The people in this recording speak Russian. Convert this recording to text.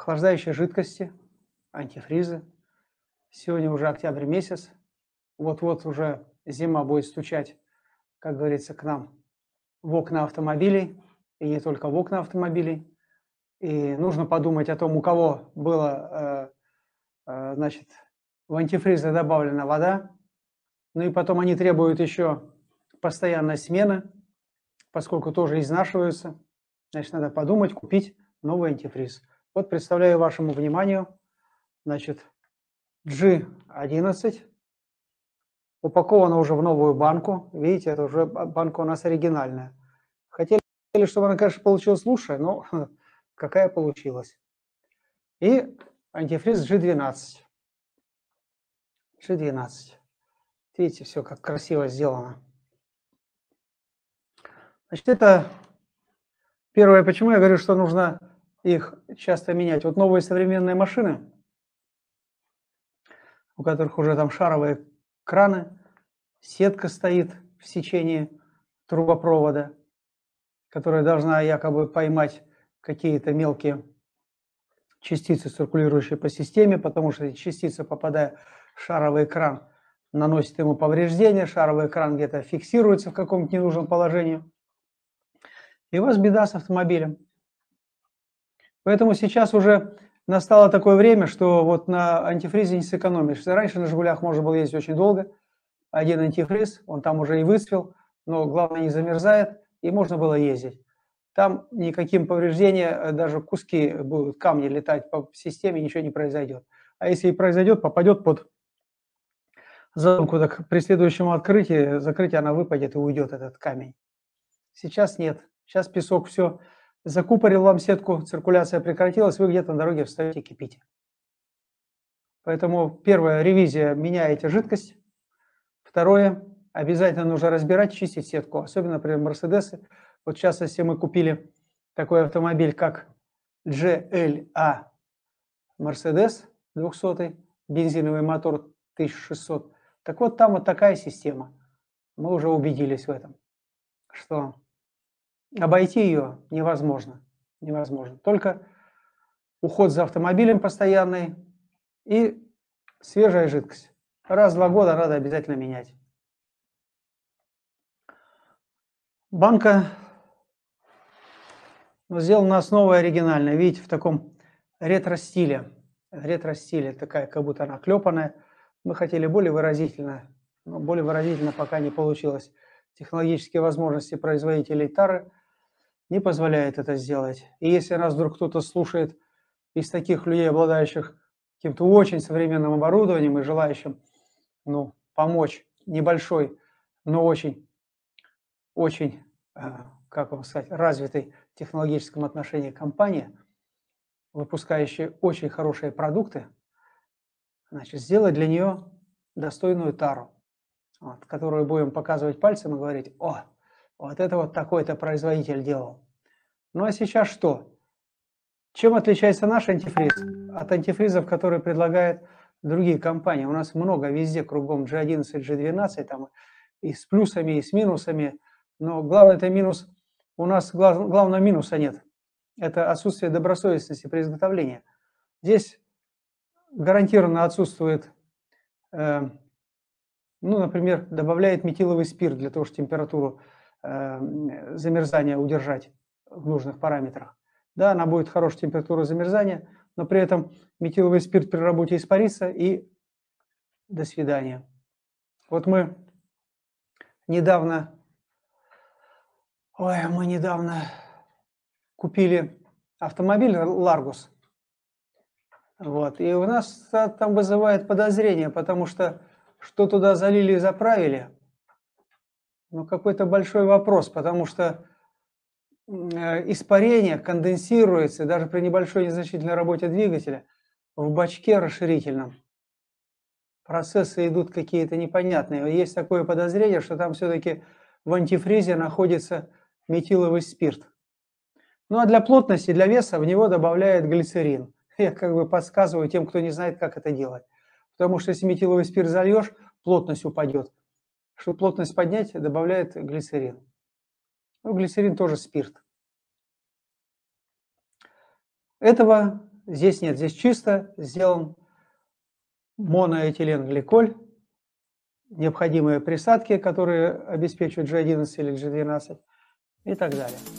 охлаждающие жидкости, антифризы. Сегодня уже октябрь месяц, вот-вот уже зима будет стучать, как говорится, к нам в окна автомобилей, и не только в окна автомобилей. И нужно подумать о том, у кого было, значит, в антифризы добавлена вода. Ну и потом они требуют еще постоянной смены, поскольку тоже изнашиваются. Значит, надо подумать, купить новый антифриз. Вот представляю вашему вниманию, значит, G11. Упакована уже в новую банку. Видите, это уже банка у нас оригинальная. Хотели, чтобы она, конечно, получилась лучше, но какая получилась. И антифриз G12. G12. Видите, все как красиво сделано. Значит, это первое, почему я говорю, что нужно их часто менять. Вот новые современные машины, у которых уже там шаровые краны, сетка стоит в сечении трубопровода, которая должна якобы поймать какие-то мелкие частицы, циркулирующие по системе, потому что эти частицы, попадая в шаровый экран, наносят ему повреждения, шаровый экран где-то фиксируется в каком-то ненужном положении. И у вас беда с автомобилем. Поэтому сейчас уже настало такое время, что вот на антифризе не сэкономишь. Раньше на «Жигулях» можно было ездить очень долго. Один антифриз, он там уже и выцвел, но главное не замерзает, и можно было ездить. Там никаким повреждением, даже куски будут, камни летать по системе, ничего не произойдет. А если и произойдет, попадет под задумку, так при следующем закрытии она выпадет и уйдет, этот камень. Сейчас нет. Сейчас песок все закупорил вам сетку, циркуляция прекратилась, вы где-то на дороге встаете, кипите. Поэтому первая ревизия, меняете жидкость. Второе, обязательно нужно разбирать, чистить сетку, особенно, например, Мерседесы. Вот в частности мы купили такой автомобиль, как GLA Mercedes 200, бензиновый мотор 1600. Так вот, там вот такая система. Мы уже убедились в этом, что обойти ее невозможно. Невозможно. Только уход за автомобилем постоянный и свежая жидкость. Раз в 2 года надо обязательно менять. Банка сделана основой оригинальной. Видите, в таком ретро-стиле. Ретро-стиле, такая, как будто она клепанная. Мы хотели более выразительно, но более выразительно пока не получилось. Технологические возможности производителей тары не позволяет это сделать. И если нас вдруг кто-то слушает из таких людей, обладающих каким-то очень современным оборудованием и желающим помочь небольшой, но очень, как вам сказать, развитой в технологическом отношении компании, выпускающей очень хорошие продукты, значит, сделать для нее достойную тару, которую будем показывать пальцем и говорить: о, вот это вот такой-то производитель делал. Ну а сейчас что? Чем отличается наш антифриз от антифризов, которые предлагают другие компании? У нас много везде, кругом G11, G12, там и с плюсами, и с минусами. Но главный это минус, у нас главного минуса нет. Это отсутствие добросовестности при изготовлении. Здесь гарантированно отсутствует, например, добавляет метиловый спирт для того, чтобы температуру замерзания удержать в нужных параметрах. Да, она будет хорошая температура замерзания, но при этом метиловый спирт при работе испарится и до свидания. Вот мы недавно купили автомобиль Largus. Вот, и у нас там вызывает подозрение, потому что туда залили и заправили, какой-то большой вопрос, потому что испарение конденсируется даже при небольшой незначительной работе двигателя в бачке расширительном. Процессы идут какие-то непонятные. Есть такое подозрение, что там все-таки в антифризе находится метиловый спирт. Ну а для плотности, для веса в него добавляют глицерин. Я как бы подсказываю тем, кто не знает, как это делать. Потому что если метиловый спирт зальешь, плотность упадет. Чтобы плотность поднять, добавляют глицерин. Глицерин тоже спирт. Этого Здесь нет, здесь чисто сделан моноэтиленгликоль, необходимые присадки, которые обеспечивают G11 или G12 и так далее.